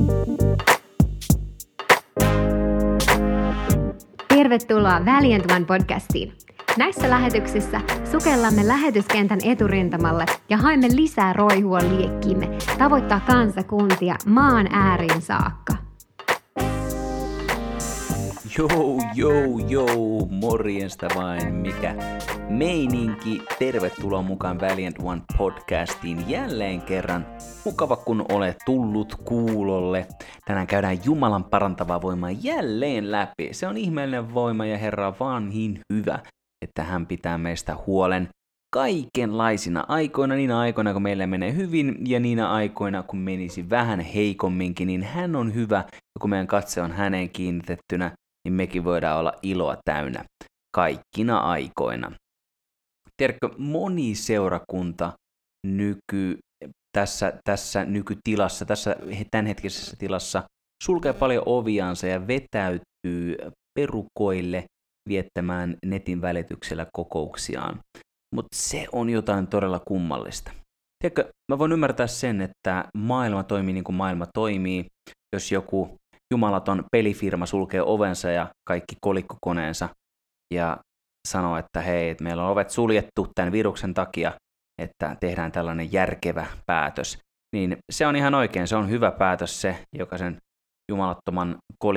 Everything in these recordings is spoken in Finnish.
Tervetuloa Valiant One podcastiin. Näissä lähetyksissä sukellamme lähetyskentän eturintamalle ja haemme lisää roihua liekkiimme tavoittaa kansakuntia maan ääriin saakka. Joo, morjesta vain, mikä meininki. Tervetuloa mukaan Valiant One podcastiin jälleen kerran. Mukava kun olet tullut kuulolle. Tänään käydään Jumalan parantavaa voimaa jälleen läpi. Se on ihmeellinen voima ja Herra vaan niin hyvä, että hän pitää meistä huolen kaikenlaisina aikoina, niinä aikoina kun meillä menee hyvin ja niinä aikoina kun menisi vähän heikomminkin, niin hän on hyvä ja kun meidän katse on häneen kiinnitettynä, niin mekin voidaan olla iloa täynnä kaikkina aikoina. Tiedätkö, moni seurakunta tässä nykytilassa, tässä tämänhetkisessä tilassa sulkee paljon oviansa ja vetäytyy perukoille viettämään netin välityksellä kokouksiaan. Mutta se on jotain todella kummallista. Tiedätkö, mä voin ymmärtää sen, että maailma toimii niin kuin maailma toimii, jos joku jumalaton pelifirma sulkee ovensa ja kaikki kolikkokoneensa ja sanoo, että hei, että meillä on ovet suljettu tämän viruksen takia, että tehdään tällainen järkevä päätös. Niin se on ihan oikein, se on hyvä päätös se, joka sen jumalattoman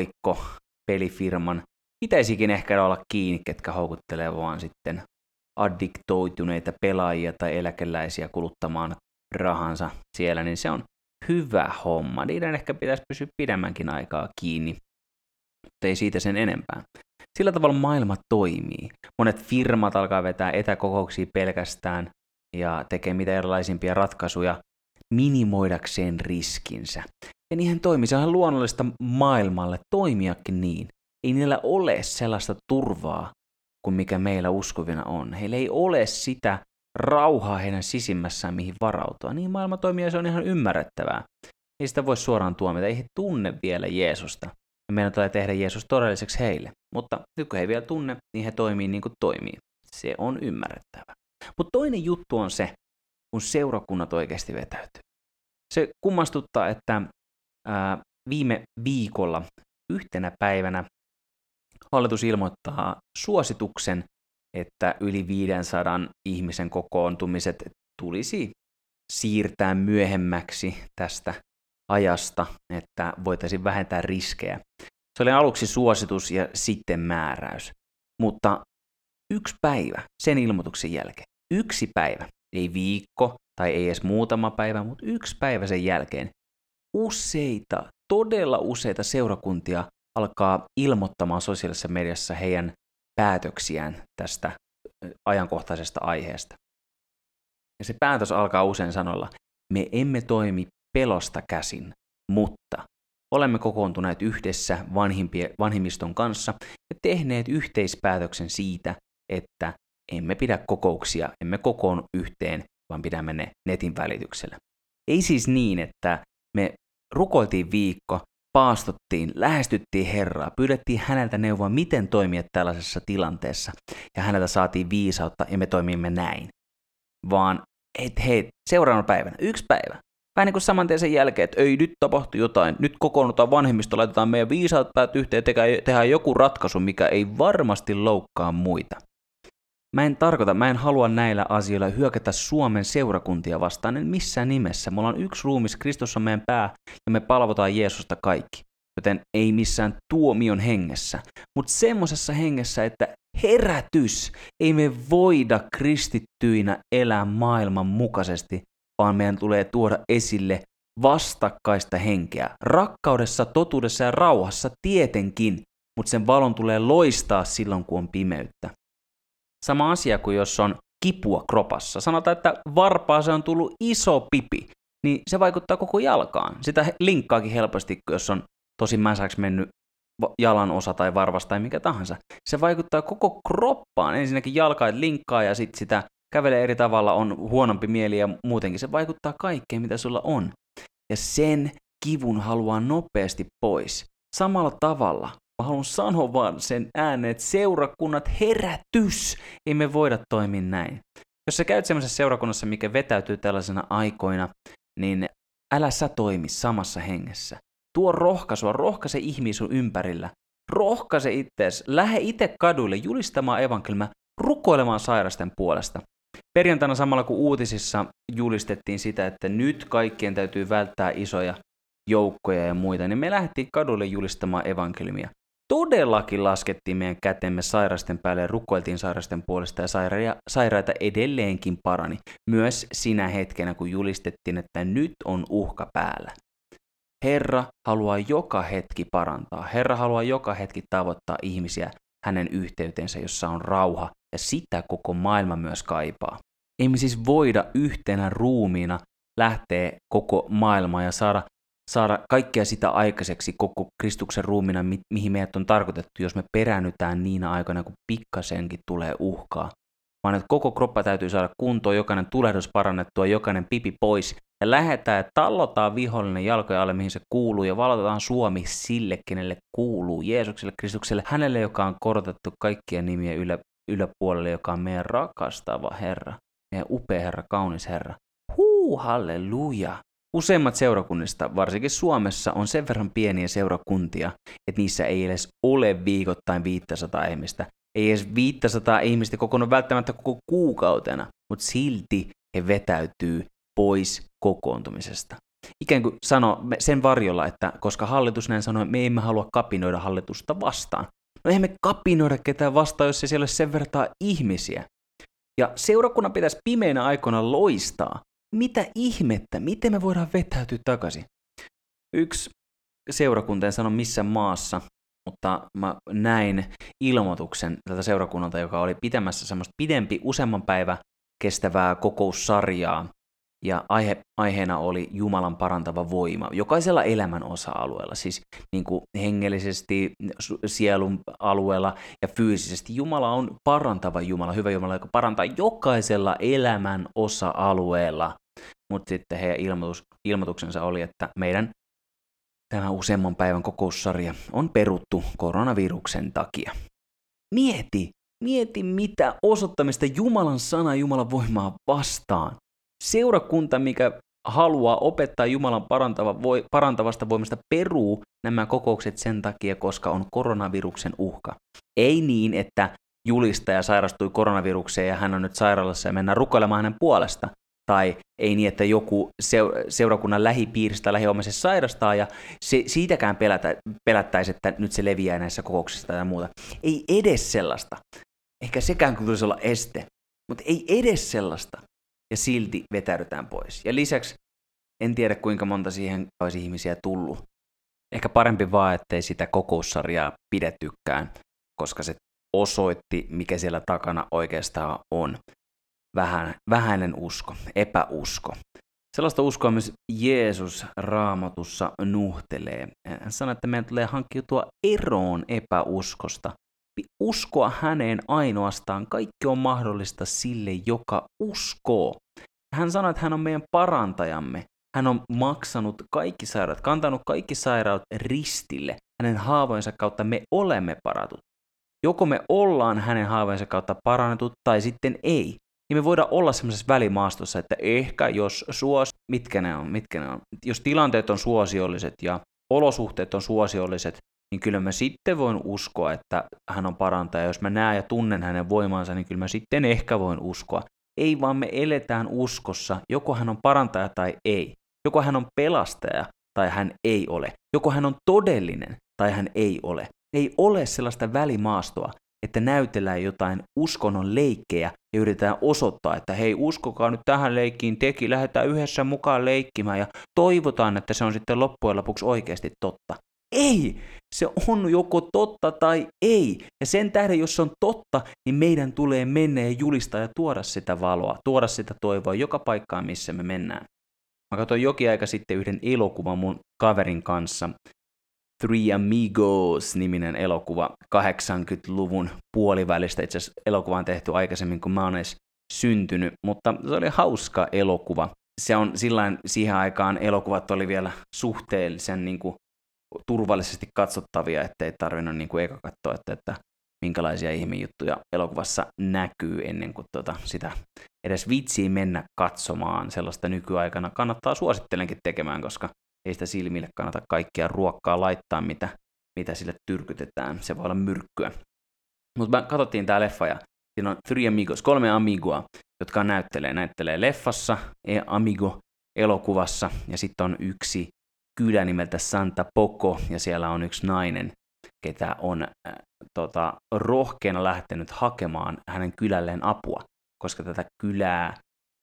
kolikko-pelifirman pitäisikin ehkä olla kiinni, ketkä houkuttelee vaan sitten addiktoituneita pelaajia tai eläkeläisiä kuluttamaan rahansa siellä, niin se on hyvä homma. Niiden ehkä pitäisi pysyä pidemmänkin aikaa kiinni, mutta ei siitä sen enempää. Sillä tavalla maailma toimii. Monet firmat alkaa vetää etäkokouksia pelkästään ja tekee mitä erilaisimpia ratkaisuja minimoidakseen riskinsä. Ja niinhän toimii. Se on ihan luonnollista maailmalle toimiakin niin. Ei niillä ole sellaista turvaa kuin mikä meillä uskovina on. Heillä ei ole sitä rauhaa heidän sisimmässään, mihin varautua. Niin maailma toimii ja se on ihan ymmärrettävää. Ei sitä voi suoraan tuomita. Ei he tunne vielä Jeesusta. Ja meidän tulee tehdä Jeesus todelliseksi heille. Mutta nyt kun he ei vielä tunne, niin he toimii niin kuin toimii. Se on ymmärrettävää. Mutta toinen juttu on se, kun seurakunnat oikeasti vetäytyy. Se kummastuttaa, että viime viikolla yhtenä päivänä hallitus ilmoittaa suosituksen, että yli 500 ihmisen kokoontumiset tulisi siirtää myöhemmäksi tästä ajasta, että voitaisiin vähentää riskejä. Se oli aluksi suositus ja sitten määräys. Mutta yksi päivä sen ilmoituksen jälkeen, yksi päivä, ei viikko tai ei edes muutama päivä, mutta yksi päivä sen jälkeen, todella useita seurakuntia alkaa ilmoittamaan sosiaalisessa mediassa heidän päätöksiään tästä ajankohtaisesta aiheesta. Ja se päätös alkaa usein sanoilla, me emme toimi pelosta käsin, mutta olemme kokoontuneet yhdessä vanhimmiston kanssa ja tehneet yhteispäätöksen siitä, että emme pidä kokouksia, emme kokoon yhteen, vaan pidämme ne netin välityksellä. Ei siis niin, että me rukoiltiin viikko, paastottiin, lähestyttiin Herraa, pyydettiin häneltä neuvoa, miten toimia tällaisessa tilanteessa, ja häneltä saatiin viisautta, ja me toimimme näin. Vaan, hei, seuraavana päivänä, yksi päivä, vähän niin kuin saman tien sen jälkeen, että ei, nyt tapahtui jotain, nyt kokoonnutaan vanhemmista, laitetaan meidän viisaat päät yhteen, tehdään joku ratkaisu, mikä ei varmasti loukkaa muita. Mä en halua näillä asioilla hyökätä Suomen seurakuntia vastaan, en missään nimessä. Me ollaan yksi ruumis, Kristus on meidän pää ja me palvotaan Jeesusta kaikki. Joten ei missään tuomion hengessä, mutta semmoisessa hengessä, että herätys, ei me voida kristittyinä elää maailman mukaisesti, vaan meidän tulee tuoda esille vastakkaista henkeä. Rakkaudessa, totuudessa ja rauhassa tietenkin, mutta sen valon tulee loistaa silloin, kun on pimeyttä. Sama asia kuin jos on kipua kropassa. Sanotaan, että varpaaseen on tullut iso pipi, niin se vaikuttaa koko jalkaan. Sitä linkkaakin helposti, jos on tosi mäsäksi mennyt jalan osa tai varvas tai mikä tahansa. Se vaikuttaa koko kroppaan. Ensinnäkin jalkaat linkkaa ja sitten sitä kävelee eri tavalla, on huonompi mieli ja muutenkin. Se vaikuttaa kaikkeen, mitä sulla on. Ja sen kivun haluaa nopeasti pois. Samalla tavalla mä haluan sanoa vaan sen ääneen, että seurakunnat herätys! Ei me voida toimia näin. Jos sä käyt semmoisessa seurakunnassa, mikä vetäytyy tällaisena aikoina, niin älä sä toimi samassa hengessä. tuo rohkaisua, rohkaise ihmisiä sun ympärillä, rohkaise itseäsi, lähde itse kaduille julistamaan evankeliumia, rukoilemaan sairasten puolesta. Perjantaina samalla kun uutisissa julistettiin sitä, että nyt kaikkien täytyy välttää isoja joukkoja ja muita, niin me lähdettiin kadulle julistamaan evankeliumia. Todellakin laskettiin meidän kätemme sairasten päälle ja rukoiltiin sairasten puolesta ja sairaita edelleenkin parani. Myös sinä hetkenä, kun julistettiin, että nyt on uhka päällä. Herra haluaa joka hetki parantaa. Herra haluaa joka hetki tavoittaa ihmisiä hänen yhteytensä, jossa on rauha, ja sitä koko maailma myös kaipaa. Ei me siis voida yhtenä ruumiina lähteä koko maailmaan ja saada kaikkea sitä aikaiseksi koko Kristuksen ruumiina, mihin meidät on tarkoitettu, jos me peräännytään niinä aikoina, kun pikkasenkin tulee uhkaa. Vaan että koko kroppa täytyy saada kuntoon, jokainen tulehdus parannettua, jokainen pipi pois, ja lähdetään ja tallotaan vihollinen jalkojen alle, mihin se kuuluu, ja valotetaan Suomi sille, kenelle kuuluu, Jeesukselle, Kristukselle, hänelle, joka on korotettu kaikkien nimiä yläpuolelle, joka on meidän rakastava Herra, meidän upea Herra, kaunis Herra. Halleluja! Useimmat seurakunnista, varsinkin Suomessa, on sen verran pieniä seurakuntia, että niissä ei edes ole viikoittain 500 ihmistä. Ei edes 500 ihmistä kokonaan välttämättä koko kuukautena, mutta silti he vetäytyy pois kokoontumisesta. Ikään kuin sano sen varjolla, että koska hallitus näin sanoi, me emme halua kapinoida hallitusta vastaan. No eihän me kapinoida ketään vastaan, jos ei siellä ole sen verran ihmisiä. Ja seurakunnan pitäisi pimeinä aikoina loistaa. Mitä ihmettä? Miten me voidaan vetäytyä takaisin? Yksi seurakunta, en sano missä maassa, mutta mä näin ilmoituksen tältä seurakunnalta, joka oli pitämässä semmoista useamman päivän kestävää kokoussarjaa, ja aiheena oli Jumalan parantava voima jokaisella elämän osa-alueella, siis niin kuin hengellisesti, sielun alueella ja fyysisesti. Jumala on parantava Jumala, hyvä Jumala, joka parantaa jokaisella elämän osa-alueella. Mutta sitten heidän ilmoituksensa oli, että meidän tämä useamman päivän kokoussarja on peruttu koronaviruksen takia. Mieti mitä osoittamista Jumalan sana, Jumalan voimaa vastaan. Seurakunta, mikä haluaa opettaa Jumalan parantavasta voimasta, peruu nämä kokoukset sen takia, koska on koronaviruksen uhka. Ei niin, että julistaja sairastui koronavirukseen ja hän on nyt sairaalassa ja mennään rukoilemaan hänen puolesta. Tai ei niin, että joku seurakunnan lähipiiristä tai lähiomaisessa sairastaa ja siitäkään pelättäisi, että nyt se leviää näissä kokouksissa tai muuta. Ei edes sellaista. Ehkä sekään tulisi olla este, mutta ei edes sellaista. Ja silti vetäydytään pois. Ja lisäksi en tiedä, kuinka monta siihen olisi ihmisiä tullut. Ehkä parempi vaan, ettei sitä kokoussarjaa pidettykään, koska se osoitti, mikä siellä takana oikeastaan on. Vähäinen usko, epäusko. Sellaista uskoa myös Jeesus Raamatussa nuhtelee. Hän sanoo, että meidän tulee hankkiutua eroon epäuskosta. Uskoa häneen ainoastaan. Kaikki on mahdollista sille, joka uskoo. Hän sanoi, että hän on meidän parantajamme. Hän on maksanut kaikki sairaudet, kantanut kaikki sairaudet ristille. Hänen haavojensa kautta me olemme parantut. Joko me ollaan hänen haavojensa kautta parannetut tai sitten ei. Ja me voidaan olla semmoisessa välimaastossa, että ehkä jos mitkä ne on. Jos tilanteet on suosiolliset ja olosuhteet on suosiolliset, niin kyllä mä sitten voin uskoa, että hän on parantaja. Jos mä näen ja tunnen hänen voimansa, niin kyllä mä sitten ehkä voin uskoa. Ei vaan me eletään uskossa, joko hän on parantaja tai ei. Joko hän on pelastaja tai hän ei ole. Joko hän on todellinen tai hän ei ole. Ei ole sellaista välimaastoa, että näytellään jotain uskonnon leikkejä ja yritetään osoittaa, että hei, uskokaa nyt tähän leikkiin teki, lähdetään yhdessä mukaan leikkimään ja toivotaan, että se on sitten loppujen lopuksi oikeasti totta. Ei! Se on joko totta tai ei. Ja sen tähden, jos se on totta, niin meidän tulee mennä ja julistaa ja tuoda sitä valoa, tuoda sitä toivoa joka paikkaan, missä me mennään. Mä katsoin jokin aika sitten yhden elokuvan mun kaverin kanssa. Three Amigos-niminen elokuva 80-luvun puolivälistä. Itse asiassa elokuva on tehty aikaisemmin, kun mä oon edes syntynyt, mutta se oli hauska elokuva. Se on sillain, siihen aikaan elokuvat oli vielä suhteellisen niin kuin turvallisesti katsottavia, ettei tarvinnut niin kuin eka katsoa, että minkälaisia ihmejuttuja elokuvassa näkyy ennen kuin sitä edes viitsii mennä katsomaan. Sellaista nykyaikana kannattaa suosittelenkin tekemään, koska ei sitä silmille kannata kaikkia ruokkaa laittaa, mitä sille tyrkytetään. Se voi olla myrkkyä. Mutta me katsottiin tää leffa ja siinä on 3 amigoa, jotka näyttelee leffassa, Amigo-elokuvassa, ja sitten on yksi kylä nimeltä Santa Poco, ja siellä on yksi nainen, ketä on rohkeana lähtenyt hakemaan hänen kylälleen apua, koska tätä kylää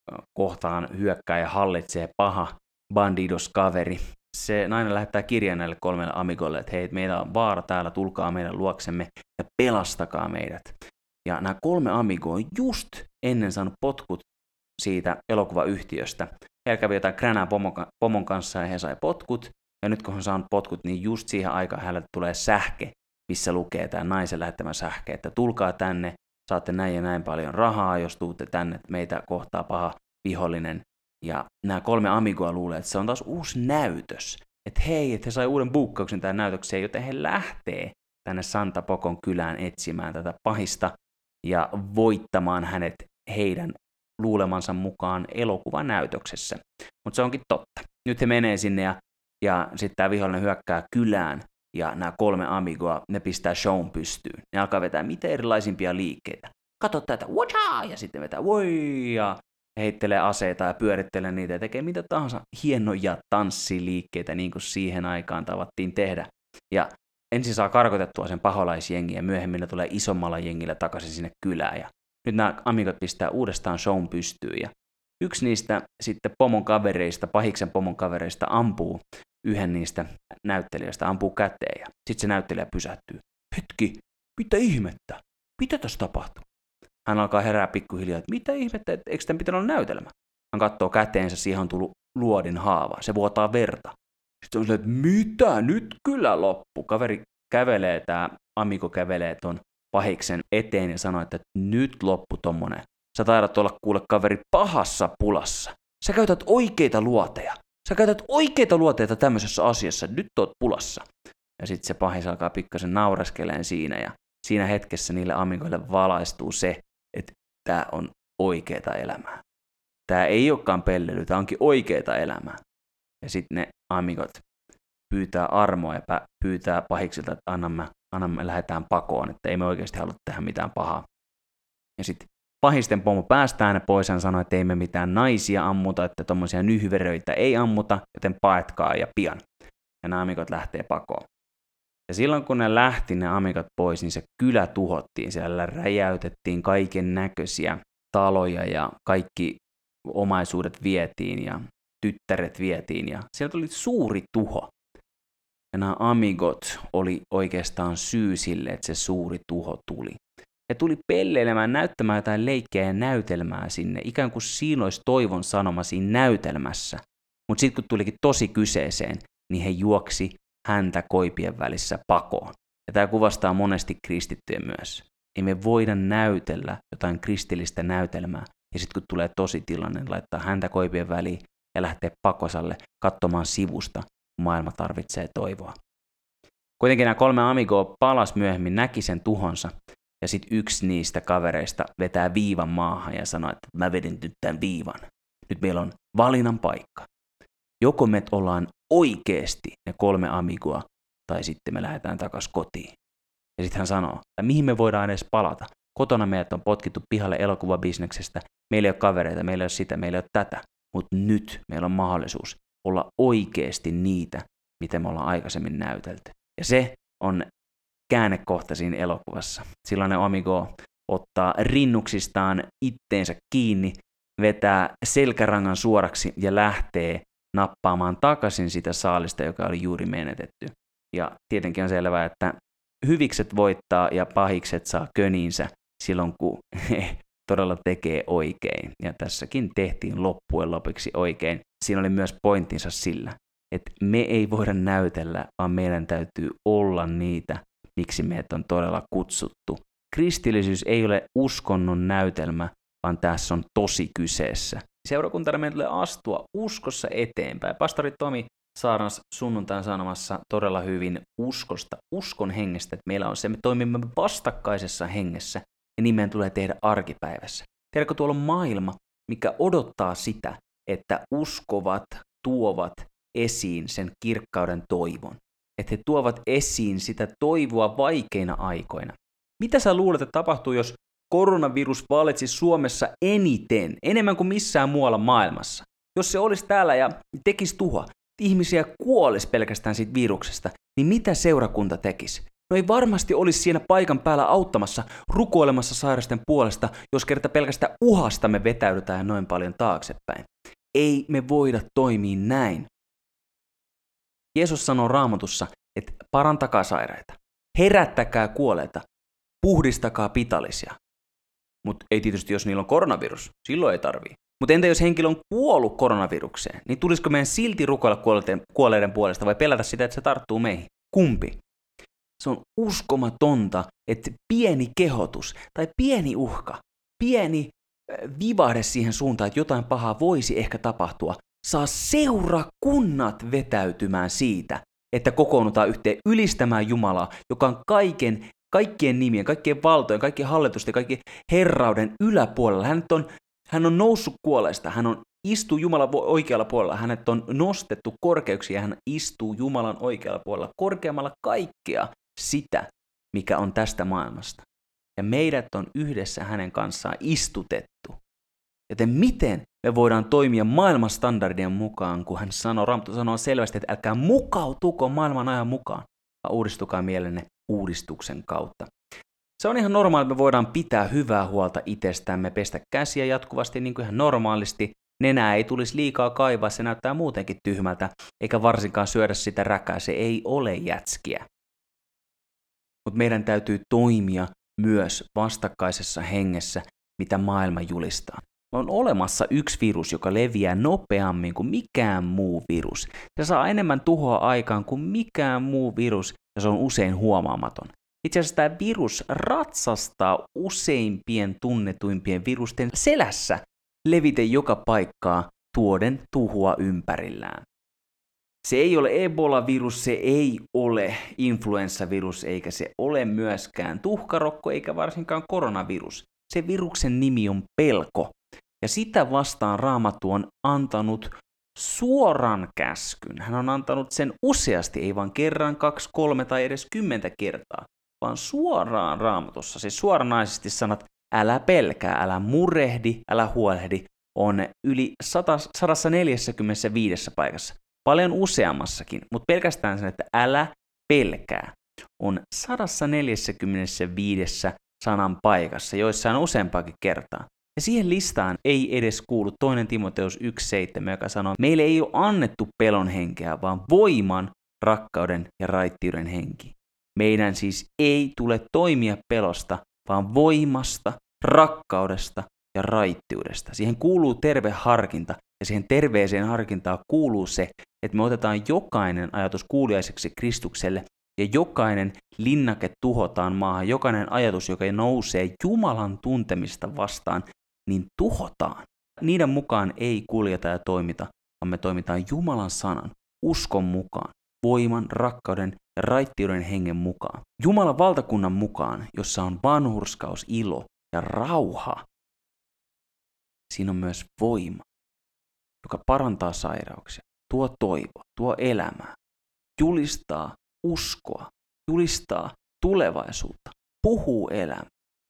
kohtaan hyökkää ja hallitsee paha bandidos-kaveri. Se nainen lähettää kirjeen näille 3 amigolle, että hei, meillä on vaara täällä, tulkaa meidän luoksemme ja pelastakaa meidät. Ja nämä 3 amigoa on just ennen saanut potkut siitä elokuvayhtiöstä. Heillä kävi jotain kränää pomon kanssa ja he sai potkut. Ja nyt kun on saanut potkut, niin just siihen aikaan hänelle tulee sähke, missä lukee tämä naisen lähettämä sähke, että tulkaa tänne, saatte näin ja näin paljon rahaa, jos tuutte tänne, että meitä kohtaa paha vihollinen. Ja nämä 3 amigoa luulee, että se on taas uusi näytös. Että hei, että he sai uuden buukkauksen tähän näytökseen, joten he lähtee tänne Santa Pocon kylään etsimään tätä pahista ja voittamaan hänet heidän luulemansa mukaan elokuvanäytöksessä. Mutta se onkin totta. Nyt he menee sinne ja sitten tämä vihollinen hyökkää kylään ja nämä 3 amigoa, ne pistää shown pystyyn. Ne alkaa vetää mitä erilaisimpia liikkeitä. Kato tätä, wacha! Ja sitten vetää voi! Ja heittelee aseita ja pyörittelee niitä ja tekee mitä tahansa hienoja tanssiliikkeitä, niin kuin siihen aikaan tavattiin tehdä. Ja ensin saa karkotettua sen paholaisjengi ja myöhemmin ne tulee isommalla jengillä takaisin sinne kylään. Ja nyt nämä amigot pistää uudestaan shown pystyyn. Ja yksi niistä sitten pahiksen pomon kavereista ampuu yhden niistä näyttelijöistä, ampuu käteen. Ja sitten se näyttelijä pysähtyy. Hetki, mitä ihmettä? Mitä tässä tapahtuu? Hän alkaa herää pikkuhiljaa, että mitä ihmettä, eikö tämän pitänyt olla näytelmä? Hän katsoo käteensä, siihen on tullut luodin haava, se vuotaa verta. Sitten on silleen, että mitä, nyt kyllä loppu. Kaveri kävelee, tämä amigo kävelee ton pahiksen eteen ja sanoo, että nyt loppu tommonen. Sä taidat olla kuule kaveri pahassa pulassa. Sä käytät oikeita luoteja. Sä käytät oikeita luoteita tämmöisessä asiassa, nyt oot pulassa. Ja sitten se pahis alkaa pikkasen nauraskeleen siinä ja siinä hetkessä niille amigoille valaistuu se, että tämä on oikeeta elämää. Tämä ei olekaan pelleily, tämä onkin oikeeta elämää. Ja sitten ne amigot pyytää armoa ja pyytää pahiksilta, että annamme lähdetään pakoon, että ei me oikeasti halua tehdä mitään pahaa. Ja sitten pahisten pomo päästää ne pois, hän sanoo, että ei me mitään naisia ammuta, että tommosia nyhveröitä ei ammuta, joten paetkaa ja pian. Ja nämä amigot lähtee pakoon. Ja silloin kun ne lähti ne amigot pois, niin se kylä tuhottiin. Siellä räjäytettiin kaiken näköisiä taloja ja kaikki omaisuudet vietiin ja tyttäret vietiin. Ja sieltä tuli suuri tuho. Ja nämä amigot oli oikeastaan syy sille, että se suuri tuho tuli. He tuli pelleilemään, näyttämään jotain leikkiä ja näytelmää sinne. Ikään kuin siinä olisi toivon sanoma siinä näytelmässä. Mutta sitten kun tulikin tosi kyseeseen, niin he juoksi häntä koipien välissä pakoon. Ja tämä kuvastaa monesti kristittyjä myös. Ei me voida näytellä jotain kristillistä näytelmää, ja sitten kun tulee tosi tilanne, laittaa häntä koipien väliin ja lähtee pakosalle katsomaan sivusta, kun maailma tarvitsee toivoa. Kuitenkin nämä 3 amigoa palas myöhemmin, näki sen tuhonsa, ja sitten yksi niistä kavereista vetää viivan maahan ja sanoo, että mä vedin nyt tämän viivan. Nyt meillä on valinnan paikka. Joko me ollaan oikeasti ne 3 amigoa, tai sitten me lähdetään takaisin kotiin. Ja sitten hän sanoo, että mihin me voidaan edes palata. Kotona meidät on potkittu pihalle elokuvabisneksestä, meillä ei ole kavereita, meillä ei ole sitä, meillä ei ole tätä. Mutta nyt meillä on mahdollisuus olla oikeasti niitä, mitä me ollaan aikaisemmin näytelty. Ja se on käännekohta siinä elokuvassa. Silloin ne amigo ottaa rinnuksistaan itteensä kiinni, vetää selkärangan suoraksi ja lähtee nappaamaan takaisin sitä saalista, joka oli juuri menetetty. Ja tietenkin on selvää, että hyvikset voittaa ja pahikset saa köniinsä silloin, kun he todella tekee oikein. Ja tässäkin tehtiin loppujen lopuksi oikein. Siinä oli myös pointtinsa sillä, että me ei voida näytellä, vaan meidän täytyy olla niitä, miksi meidät on todella kutsuttu. Kristillisyys ei ole uskonnon näytelmä, vaan tässä on tosi kyseessä. Seurakuntana meidän tulee astua uskossa eteenpäin. Pastori Tomi Saarnas sunnuntain sanomassa todella hyvin uskosta, uskon hengestä, että meillä on se, me toimimme vastakkaisessa hengessä ja niin meidän tulee tehdä arkipäivässä. Tiedätkö, tuolla on maailma, mikä odottaa sitä, että uskovat tuovat esiin sen kirkkauden toivon. Että he tuovat esiin sitä toivoa vaikeina aikoina. Mitä sä luulet, että tapahtuu, jos koronavirus valitsisi Suomessa enemmän kuin missään muualla maailmassa? Jos se olisi täällä ja tekisi tuhoa, ihmisiä kuolisi pelkästään siitä viruksesta, niin mitä seurakunta tekisi? No ei varmasti olisi siinä paikan päällä auttamassa, rukoilemassa sairasten puolesta, jos kerta pelkästään uhasta me vetäydytään noin paljon taaksepäin. Ei me voida toimia näin. Jeesus sanoo Raamatussa, että parantakaa sairaita, herättäkää kuolleita, puhdistakaa pitallisia. Mutta ei tietysti, jos niillä on koronavirus, silloin ei tarvii. Mutta entä jos henkilö on kuollut koronavirukseen, niin tulisiko meidän silti rukoilla kuolleiden puolesta vai pelätä sitä, että se tarttuu meihin? Kumpi? Se on uskomatonta, että pieni kehotus tai pieni uhka, pieni vivahde siihen suuntaan, että jotain pahaa voisi ehkä tapahtua, saa seurakunnat vetäytymään siitä, että kokoonnutaan yhteen ylistämään Jumalaa, joka on kaikkien nimien, kaikkien valtojen, kaikkien hallitusten, kaikkien herrauden yläpuolella. Hän on noussut kuolleista, hän istuu Jumalan oikealla puolella, hänet on nostettu korkeuksiin ja hän istuu Jumalan oikealla puolella korkeammalla kaikkea sitä, mikä on tästä maailmasta. Ja meidät on yhdessä hänen kanssaan istutettu. Joten miten me voidaan toimia maailman standardien mukaan, kun hän Raamattu sanoo selvästi, että älkää mukautuko maailman ajan mukaan, vaan uudistukaa mielenne uudistuksen kautta. Se on ihan normaali, että me voidaan pitää hyvää huolta itsestämme, pestä käsiä jatkuvasti niin kuin ihan normaalisti. Nenää ei tulisi liikaa kaivaa, se näyttää muutenkin tyhmältä, eikä varsinkaan syödä sitä räkää, se ei ole jätskiä. Mutta meidän täytyy toimia myös vastakkaisessa hengessä, mitä maailma julistaa. On olemassa yksi virus, joka leviää nopeammin kuin mikään muu virus. Se saa enemmän tuhoa aikaan kuin mikään muu virus, ja se on usein huomaamaton. Itse asiassa tämä virus ratsastaa useimpien tunnetuimpien virusten selässä, leviten joka paikkaa tuoden tuhoa ympärillään. Se ei ole Ebola-virus, se ei ole influenssavirus, eikä se ole myöskään tuhkarokko, eikä varsinkaan koronavirus. Se viruksen nimi on pelko. Ja sitä vastaan Raamattu on antanut suoran käskyn. Hän on antanut sen useasti, ei vain kerran, 2, 3 tai edes 10 kertaa, vaan suoraan Raamatussa. Siis suoranaisesti sanat, älä pelkää, älä murehdi, älä huolehdi, on yli 145 paikassa. Paljon useammassakin, mutta pelkästään sen, että älä pelkää, on 145 sanan paikassa, joissa on useampaakin kertaa. Ja siihen listaan ei edes kuulu 2 Timoteus 1.7, joka sanoo, että meille ei ole annettu pelon henkeä, vaan voiman, rakkauden ja raittiuden henki. Meidän siis ei tule toimia pelosta, vaan voimasta, rakkaudesta ja raittiudesta. Siihen kuuluu terve harkinta, ja siihen terveeseen harkintaan kuuluu se, että me otetaan jokainen ajatus kuuliaiseksi Kristukselle, ja jokainen linnake tuhotaan maahan, jokainen ajatus, joka nousee Jumalan tuntemista vastaan, niin tuhotaan. Niiden mukaan ei kuljeta ja toimita, vaan me toimitaan Jumalan sanan, uskon mukaan, voiman, rakkauden ja raittiuden hengen mukaan. Jumalan valtakunnan mukaan, jossa on vanhurskaus, ilo ja rauha. Siinä on myös voima, joka parantaa sairauksia, tuo toivoa, tuo elämää, julistaa uskoa, julistaa tulevaisuutta, puhuu elämää.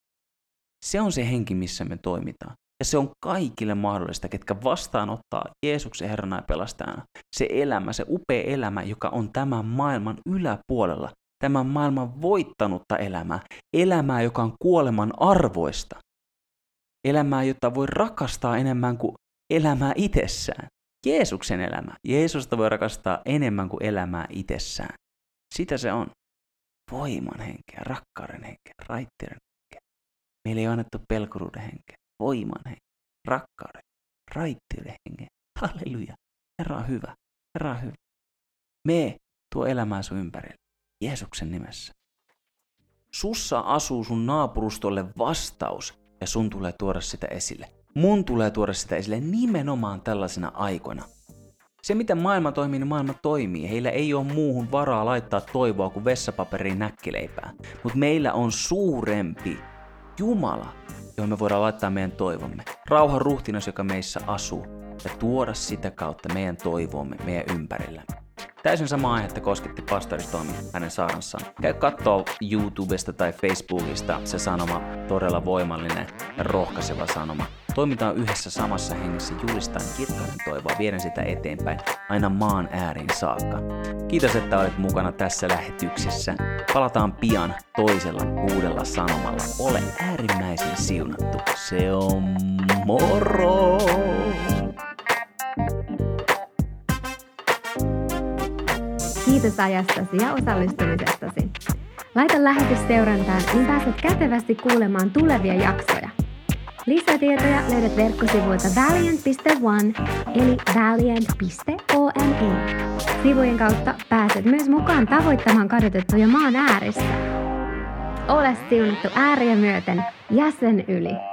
Se on se henki, missä me toimitaan. Ja se on kaikille mahdollista, ketkä vastaanottaa Jeesuksen Herrana ja pelastajana. Se elämä, se upea elämä, joka on tämän maailman yläpuolella, tämän maailman voittanutta elämää. Elämää, joka on kuoleman arvoista. Elämää, jota voi rakastaa enemmän kuin elämää itsessään. Jeesuksen elämää. Jeesusta voi rakastaa enemmän kuin elämää itsessään. Sitä se on. Voiman henkeä, rakkauden henkeä, raittiuden henkeä. Meillä ei ole annettu pelkuruuden henkeä, voiman henkeä, rakkauden, raittiuden henkeä. Halleluja. Herra on hyvä. Herra on hyvä. Mee tuo elämää sun ympärille. Jeesuksen nimessä. Sussa asuu sun naapurustolle vastaus ja sun tulee tuoda sitä esille. Mun tulee tuoda sitä esille nimenomaan tällaisina aikoina. Se, miten maailma toimii, niin maailma toimii. Heillä ei ole muuhun varaa laittaa toivoa kuin vessapaperiin näkkileipää. Mutta meillä on suurempi Jumala, johon me voidaan laittaa meidän toivomme. Rauhan ruhtinas, joka meissä asuu. ja tuoda sitä kautta meidän toivoamme meidän ympärillä. Täysin sama aihetta kosketti pastori Tomi hänen saarnassaan. Käy kattoo YouTubesta tai Facebookista se sanoma, todella voimallinen ja rohkaiseva sanoma. Toimitaan yhdessä samassa hengessä julistaen kirkkauden toivoa, vieden sitä eteenpäin aina maan ääriin saakka. Kiitos, että olet mukana tässä lähetyksessä. Palataan pian toisella uudella sanomalla. Ole äärimmäisen siunattu. Se on moro! Kiitos ajastasi ja osallistumisestasi. Laita lähetys seurantaan, niin pääset kätevästi kuulemaan tulevia jaksoja. Lisätietoja löydät verkkosivuilta valiant.one eli valiant.one. Sivujen kautta pääset myös mukaan tavoittamaan kadotettuja maan äärissä. Ole siunattu ääriä myöten ja sen yli.